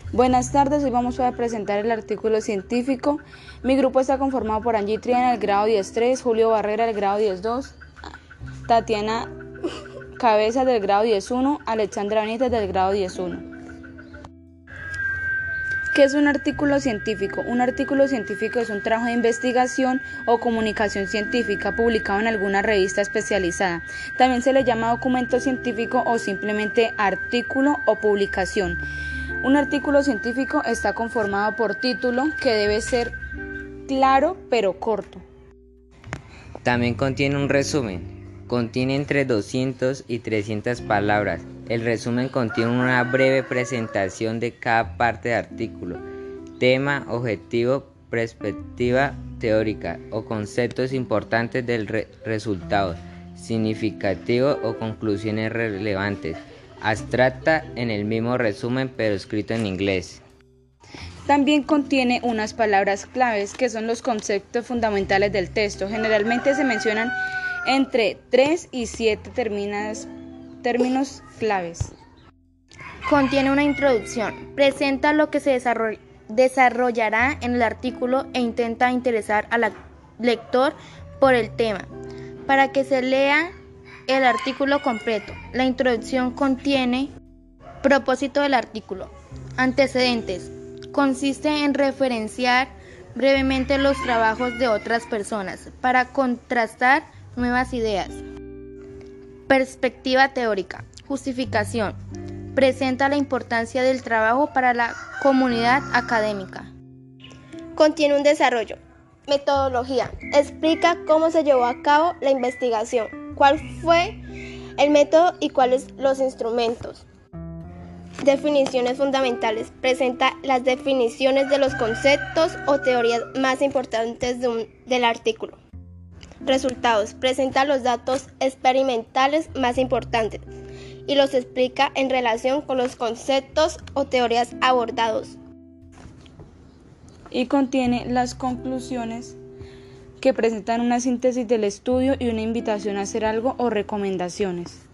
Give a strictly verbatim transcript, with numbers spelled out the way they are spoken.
Buenas tardes, hoy vamos a presentar el artículo científico. Mi grupo está conformado por Angie Triana, del grado diez tres, Julio Barrera, del grado diez dos, Tatiana Cabeza, del grado diez uno, Alexandra Benítez, del grado diez uno. ¿Qué es un artículo científico? Un artículo científico es un trabajo de investigación o comunicación científica publicado en alguna revista especializada. También se le llama documento científico o simplemente artículo o publicación. Un artículo científico está conformado por título, que debe ser claro pero corto. También contiene un resumen. Contiene entre doscientas y trescientas palabras. El resumen contiene una breve presentación de cada parte del artículo, tema, objetivo, perspectiva teórica o conceptos importantes del re- resultado, significativo o conclusiones relevantes. Abstracta en el mismo resumen pero escrito en inglés. También contiene unas palabras claves que son los conceptos fundamentales del texto. Generalmente se mencionan entre tres y siete términos claves. Contiene una introducción, presenta lo que se desarroll- desarrollará en el artículo e intenta interesar al lector por el tema, para que se lea el artículo completo. La introducción contiene propósito del artículo. Antecedentes. Consiste en referenciar brevemente los trabajos de otras personas para contrastar nuevas ideas. Perspectiva teórica. Justificación. Presenta la importancia del trabajo para la comunidad académica. Contiene un desarrollo. Metodología. Explica cómo se llevó a cabo la investigación, cuál fue el método y cuáles los instrumentos. Definiciones fundamentales. Presenta las definiciones de los conceptos o teorías más importantes de un, del artículo. Resultados. Presenta los datos experimentales más importantes y los explica en relación con los conceptos o teorías abordados. Y contiene las conclusiones, que presentan una síntesis del estudio y una invitación a hacer algo o recomendaciones.